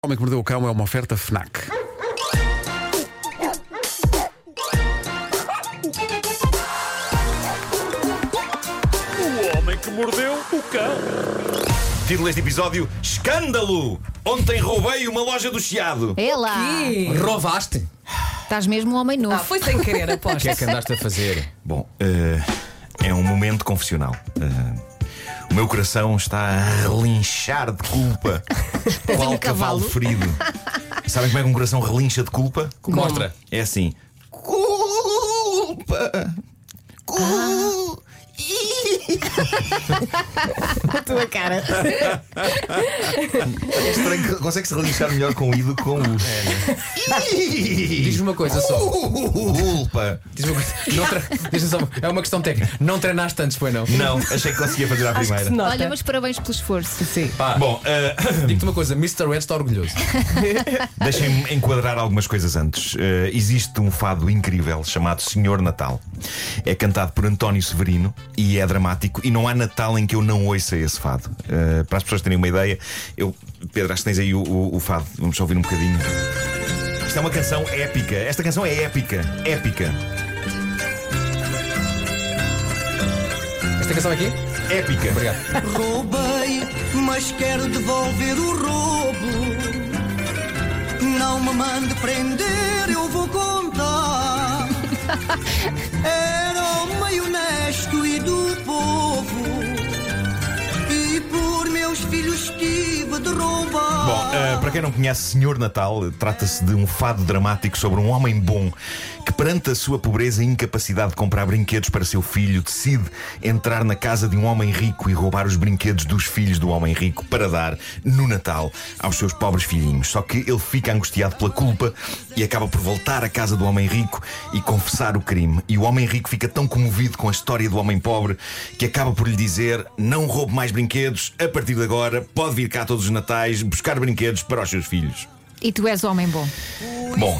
O Homem que Mordeu o Cão é uma oferta FNAC. O Homem que Mordeu o Cão. Título deste episódio: Escândalo! Ontem roubei uma loja do Chiado. É lá. Roubaste? Estás mesmo um homem novo. Foi sem querer, O aposto. que é que andaste a fazer? Bom, é um momento confessional. O meu coração está a relinchar de culpa. Qual cavalo ferido. Sabem como é que um coração relincha de culpa? Mostra. É assim: culpa. A tua cara. É estranho que consegue-se relinchar melhor com o I do que com o U. Diz-me uma coisa só. Culpa. Diz-me uma coisa. Diz-me só. É uma questão técnica. Não treinaste antes, foi não? Não, achei que conseguia fazer à primeira. Se nota. Olha, mas parabéns pelo esforço. Sim. Pá, Bom, digo-te uma coisa. Mr. Red está orgulhoso. deixem-me enquadrar algumas coisas antes. Existe um fado incrível chamado Senhor Natal. É cantado por António Severino e é dramático. E não há Natal em que eu não ouça esse fado. Para as pessoas terem uma ideia, Pedro, acho que tens aí o fado. Vamos só ouvir um bocadinho. Isto é uma canção épica. Esta canção é épica. Épica. Esta canção aqui? Épica. Obrigado. Roubei, mas quero devolver o roubo. Não me mande prender, eu vou contar. Era homem honesto e do povo, e por meus filhos tive de roubar. Bom, para quem não conhece Senhor Natal, trata-se de um fado dramático sobre um homem bom que, perante a sua pobreza e incapacidade de comprar brinquedos para seu filho, decide entrar na casa de um homem rico e roubar os brinquedos dos filhos do homem rico para dar, no Natal, aos seus pobres filhinhos. Só que ele fica angustiado pela culpa e acaba por voltar à casa do homem rico e confessar o crime. E o homem rico fica tão comovido com a história do homem pobre que acaba por lhe dizer: não roube mais brinquedos, a partir de agora pode vir cá todos os natais buscar brinquedos para os seus filhos. E tu és homem bom. Bom,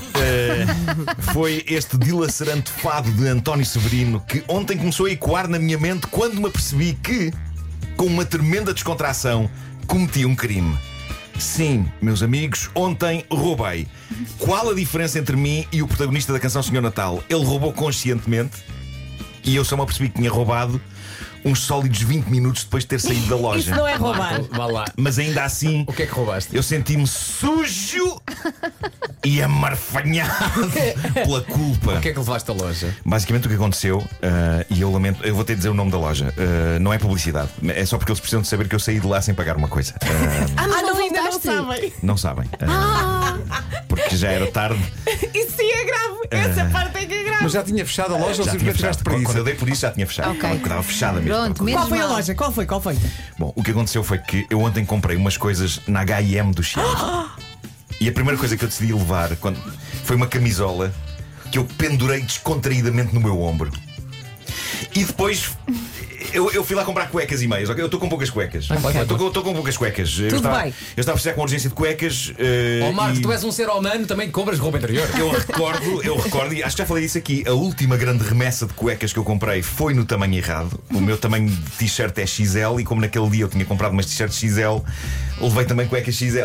foi este dilacerante fado de António Severino que ontem começou a ecoar na minha mente quando me apercebi que, com uma tremenda descontração, cometi um crime. Sim, meus amigos, ontem roubei. Qual a diferença entre mim e o protagonista da canção Senhor Natal? Ele roubou conscientemente e eu só me apercebi que tinha roubado uns sólidos 20 minutos depois de ter saído da loja. Isso não é roubar. Vá lá. Mas ainda assim, O que é que roubaste? eu senti-me sujo e amarfanhado pela culpa. O que é que levaste à loja? Basicamente o que aconteceu, e eu lamento, eu vou ter de dizer o nome da loja, não é publicidade, é só porque eles precisam de saber que eu saí de lá sem pagar uma coisa. Não, ainda não voltaste? sabem. Não sabem. Porque já era tarde. Isso sim é grave. Essa parte é que é grave. Mas já tinha fechado a loja ou Já tinha simplesmente fechado. fechaste Quando eu preguiça? dei por isso já tinha fechado. Ok. Porque estava fechada mesmo. Pronto, menos Qual foi a mal. loja? Qual foi? Bom, o que aconteceu foi que eu ontem comprei umas coisas na H&M do Chiado. E a primeira coisa que eu decidi levar foi uma camisola que eu pendurei descontraídamente no meu ombro. E depois eu fui lá comprar cuecas e meias. Ok? Eu estou com poucas cuecas. Estou com poucas cuecas. Eu estava bem. a precisar com urgência de cuecas. Ó Marcos, e tu és um ser humano, também compras roupa interior. eu recordo, e acho que já falei disso aqui. A última grande remessa de cuecas que eu comprei foi no tamanho errado. O meu tamanho de t-shirt é XL, e como naquele dia eu tinha comprado umas t-shirts XL, levei também cuecas XL.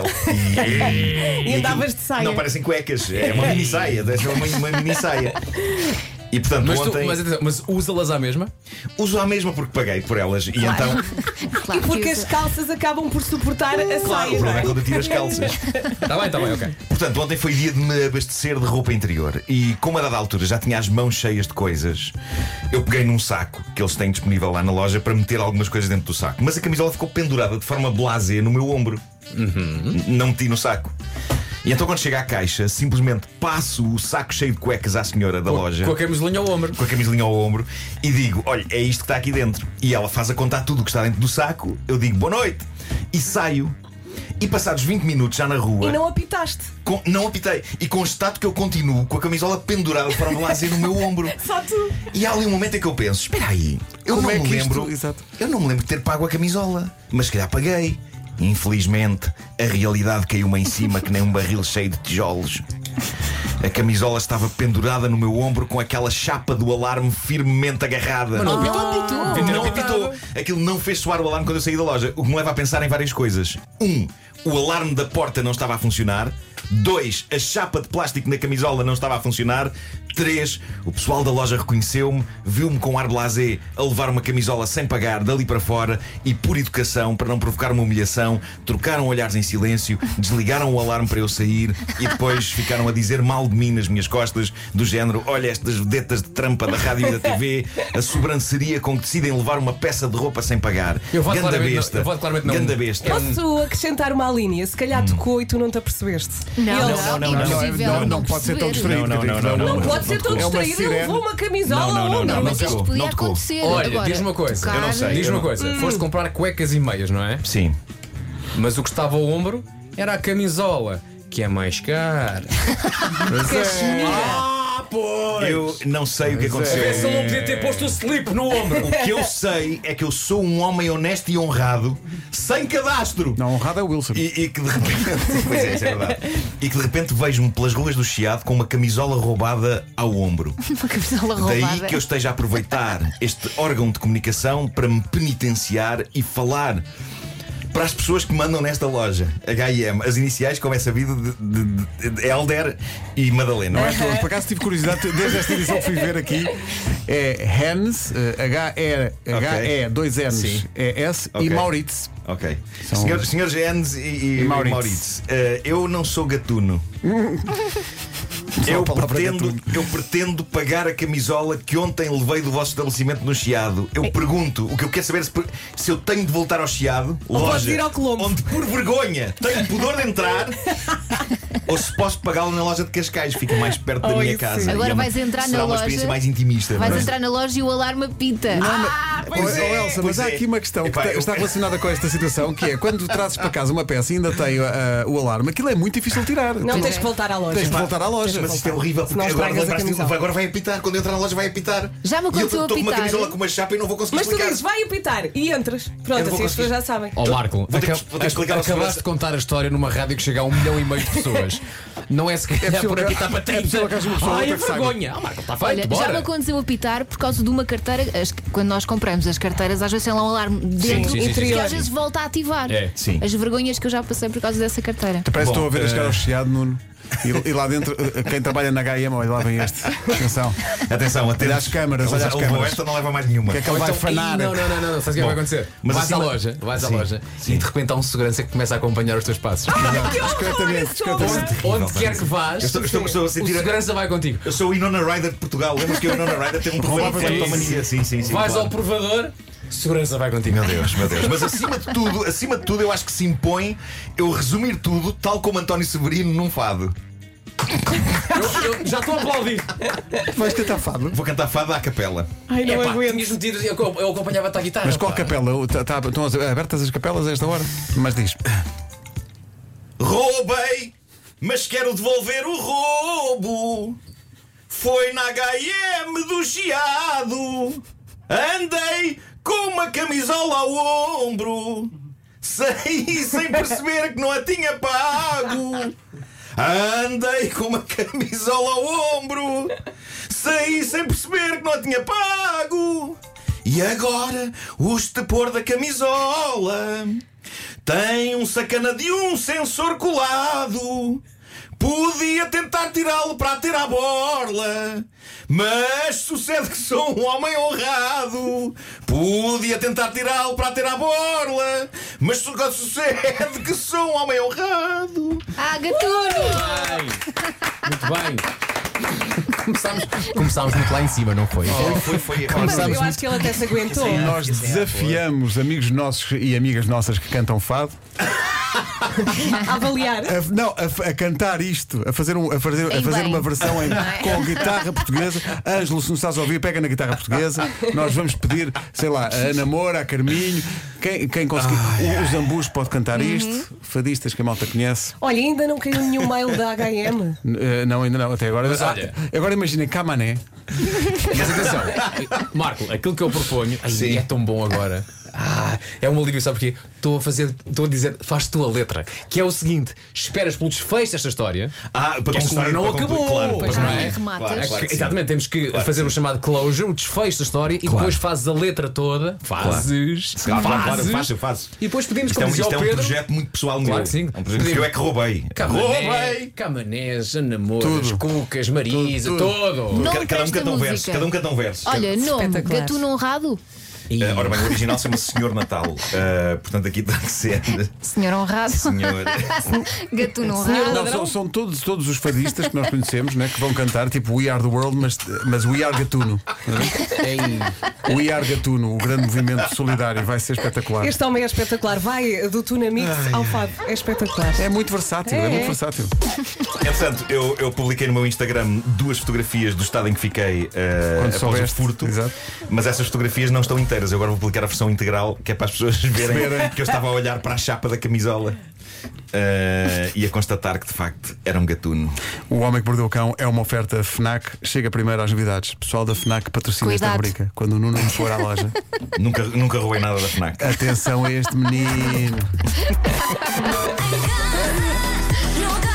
E andavas de saia. Não parecem cuecas, é uma mini saia. Deve ser uma mini saia. E portanto, ontem Mas usa-las à mesma? uso a mesma porque paguei por elas. E então, Claro E porque que as usa. calças acabam por suportar a claro, o saia, não problema é? é quando eu tiro as calças. Está bem, ok. Portanto, ontem foi dia de me abastecer de roupa interior. E como a dada altura já tinha as mãos cheias de coisas, eu peguei num saco que eles têm disponível lá na loja para meter algumas coisas dentro do saco. Mas a camisola ficou pendurada de forma blasé no meu ombro. Não meti no saco. E então quando chega à caixa, simplesmente passo o saco cheio de cuecas à senhora da loja, Com a camisolinha ao ombro. com a camisolinha ao ombro, e digo: olha, é isto que está aqui dentro. E ela faz a contar tudo o que está dentro do saco. Eu digo boa noite e saio. E passados 20 minutos já na rua, E não apitaste. não apitei. E constato que eu continuo com a camisola pendurada de forma blasé no meu ombro. Só tu. E há ali um momento em que eu penso: espera aí, eu Como não é me que isto- lembro. Exato. Eu não me lembro de ter pago a camisola, mas se calhar paguei. Infelizmente, a realidade caiu-me em cima que nem um barril cheio de tijolos. A camisola estava pendurada no meu ombro com aquela chapa do alarme firmemente agarrada. Mas não apitou. Não apitou. Aquilo não fez soar o alarme quando eu saí da loja. O que me leva a pensar em várias coisas. o alarme da porta não estava a funcionar. 2, a chapa de plástico na camisola não estava a funcionar. 3, o pessoal da loja reconheceu-me, viu-me com ar blasé a levar uma camisola sem pagar dali para fora e, por educação, para não provocar uma humilhação, trocaram olhares em silêncio, desligaram o alarme para eu sair e depois ficaram a dizer mal de mim nas minhas costas, do género: olha estas vedetas de trampa da rádio e da TV, a sobranceria com que decidem levar uma peça de roupa sem pagar. Eu voto Ganda claramente besta. não, eu voto claramente não. Ganda besta. Posso acrescentar uma linha? Se calhar tocou e tu não te apercebeste. Não pode ser tão distraído. Não pode ser tão É uma distraído. Ele sirene. levou uma camisola ao Não, ombro. Mas isto podia não tocou. acontecer. Olha, Agora, diz-me uma coisa. tocar- Eu não sei. Diz-me uma coisa. Foste comprar cuecas e meias, não é? Sim. Mas o que estava ao ombro era a camisola, que é mais cara. Eu não sei o que aconteceu. Vê se ele não podia ter posto o slip no ombro. O que eu sei é que eu sou um homem honesto e honrado, sem cadastro. Não, honrado é o Wilson. E que de repente. Pois é, isso é verdade. E que de repente vejo-me pelas ruas do Chiado com uma camisola roubada ao ombro. Uma camisola Daí roubada. que eu esteja a aproveitar este órgão de comunicação para me penitenciar e falar para as pessoas que mandam nesta loja, H&M. As iniciais, como é sabido, de Helder e Madalena. Não é todo. Por acaso tive curiosidade, desde esta edição que fui ver aqui. É Hans, H-E, 2 N's, Sim. é S Ok. e Maurits. Ok. São- Senhores Jens e Maurits. Maurits, eu não sou gatuno. Só a palavra gatuno. Eu pretendo pagar a camisola que ontem levei do vosso estabelecimento no Chiado. Eu pergunto, o que eu quero saber é se eu tenho de voltar ao Chiado, Ou podes loja ir ao Colombo. onde por vergonha tenho pudor de entrar, ou se posso pagá-la na loja de Cascais, fica mais perto da Oh, minha isso casa. sim. Agora E é uma- vais entrar será na uma loja, experiência mais intimista. Vais não é? entrar na loja e o alarme apita. Pois é, Elsa, pois mas há é. aqui uma questão que Epá, eu- está relacionada com esta situação, que é quando trazes para casa uma peça e ainda tem o alarme, aquilo é muito difícil de tirar. Não, Tu- tens que voltar à loja. Tens de voltar à loja. Mas isto é horrível, porque Senão agora, estragas a lembraste-me, camisola. agora vai apitar. Quando eu entrar na loja vai apitar. Já me E eu aconteceu estou com uma apitar. camisola com uma chapa e não vou conseguir Mas tu explicar. dizes, vai apitar e entras. Eu Pronto, não vou assim as conseguir. pessoas já sabem. Ó Marco, Vou ter que explicar ao acabaste segurança. de contar a história numa rádio que chega a 1,5 milhão de pessoas. Não é se calhar possível por que- apitar para 30. possível que haja uma pessoa Ai, outra a que saiba. vergonha. Ah, Marco, está feito, Olha, já me bora. aconteceu apitar por causa de uma carteira. Quando nós compramos as carteiras, às vezes tem lá um alarme dentro sim, sim, que sim. às vezes volta a ativar. É, sim. As vergonhas que eu já passei por causa dessa carteira. Parece que estou a ver a chegar eh, ao Chiado, Nuno. E lá dentro, quem trabalha na H&M, olha lá vem este. Atenção. Atenção, atentos. Olha as câmaras, olha as Ele levou câmaras. esta, não leva mais nenhuma. Que é que ele vai fanar? Não. Sabes o que é que vai acontecer? mas Vais à acima- loja, Sim, e de repente há um segurança que começa a acompanhar os teus passos. Discretamente, discretamente. Onde quer que vás, Eu estou a o sentir. segurança vai contigo. Eu sou o Inona Rider de Portugal. Lembras que o Inona Rider teve um problema de Sim, kleptomania? Sim. Vais claro. ao provador, segurança vai contigo. Meu Deus. Mas acima de tudo, eu acho que se impõe eu resumir tudo, tal como António Severino num fado. Eu já estou a aplaudir. Vais cantar fado. Vou cantar fado à capela. Ai, não Epá, aguento. tinhas metido, eu acompanhava-te à guitarra. Mas qual pá. capela? Estão abertas as capelas a esta hora? Mas diz. Roubei, mas quero devolver o roubo. Foi na H&M do Chiado. Andei com uma camisola ao ombro. Saí sem perceber que não a tinha pago. Andei com uma camisola ao ombro. Saí sem perceber que não a tinha pago. E agora o estepor da camisola tem um sacana de um sensor colado. Podia tentar tirá-lo para ter à borla, mas sucede que sou um homem honrado. Podia tentar tirá-lo para ter à borla, mas sucede que sou um homem honrado. Ah, gatuno! Muito bem. Começámos muito lá em cima, não foi? Foi. Mas eu acho que ele até se aguentou. Nós desafiamos amigos nossos e amigas nossas que cantam fado A avaliar. a cantar isto, a fazer Em bem. uma versão Não é? com guitarra portuguesa. Ângelo, se não estás a ouvir, pega na guitarra portuguesa. Nós vamos pedir, sei lá, a Ana Moura, a Carminho, quem conseguir. O Zambus pode cantar isto, fadistas que a malta conhece. Olha, ainda não caiu nenhum mail da H&M. Não, ainda não, até agora. Mas olha- Agora imagina Camané. Mas atenção, Marco, aquilo que eu proponho ai, é tão bom agora. É um alívio, sabe porquê? Estou a dizer, faz tu a letra. Que é o seguinte: esperas pelo desfecho desta história. Para que a história não acabou. Claro, Pois não não é? é? Rematas. Claro que sim. Exatamente, temos que fazer o chamado closure, o desfecho da história, e depois fazes a letra toda. Fazes. Claro, eu faço. E depois pedimos, Isto como dizia é o um Pedro, projeto muito pessoal Claro meu. que sim. É um projeto que eu é que roubei. Camanés, namoras, Tudo. Cucas, Marisa, Tudo. todo. Nome Cada um desta canta um verso. música. Cada um canta um verso. Olha, nome, Espetacular. Gatuno Honrado. Ora bem, o original chama-se Senhor Natal. Portanto, aqui tem que ser Senhor Honrado. Senhor. Gatuno Não, Honrado. são todos os fadistas que nós conhecemos, né, que vão cantar tipo We Are the World, mas We Are Gatuno. We Are Gatuno, o grande movimento solidário, vai ser espetacular. Este homem é espetacular. Vai do Tuna Mix ao fado. É espetacular. É muito versátil, é muito versátil. Entretanto, eu publiquei no meu Instagram 2 fotografias do estado em que fiquei Quando após soubeste, o furto. exato. Mas essas fotografias não estão inteiras. Eu agora vou publicar a versão integral, que é para as pessoas verem Verem. que eu estava a olhar para a chapa da camisola e a constatar que de facto era um gatuno. O Homem que Mordeu o Cão é uma oferta FNAC. Chega primeiro às novidades. Pessoal da FNAC patrocina esta Cuidado. rubrica. Quando o Nuno for à loja, Nunca roubei nada da FNAC. atenção a este menino. No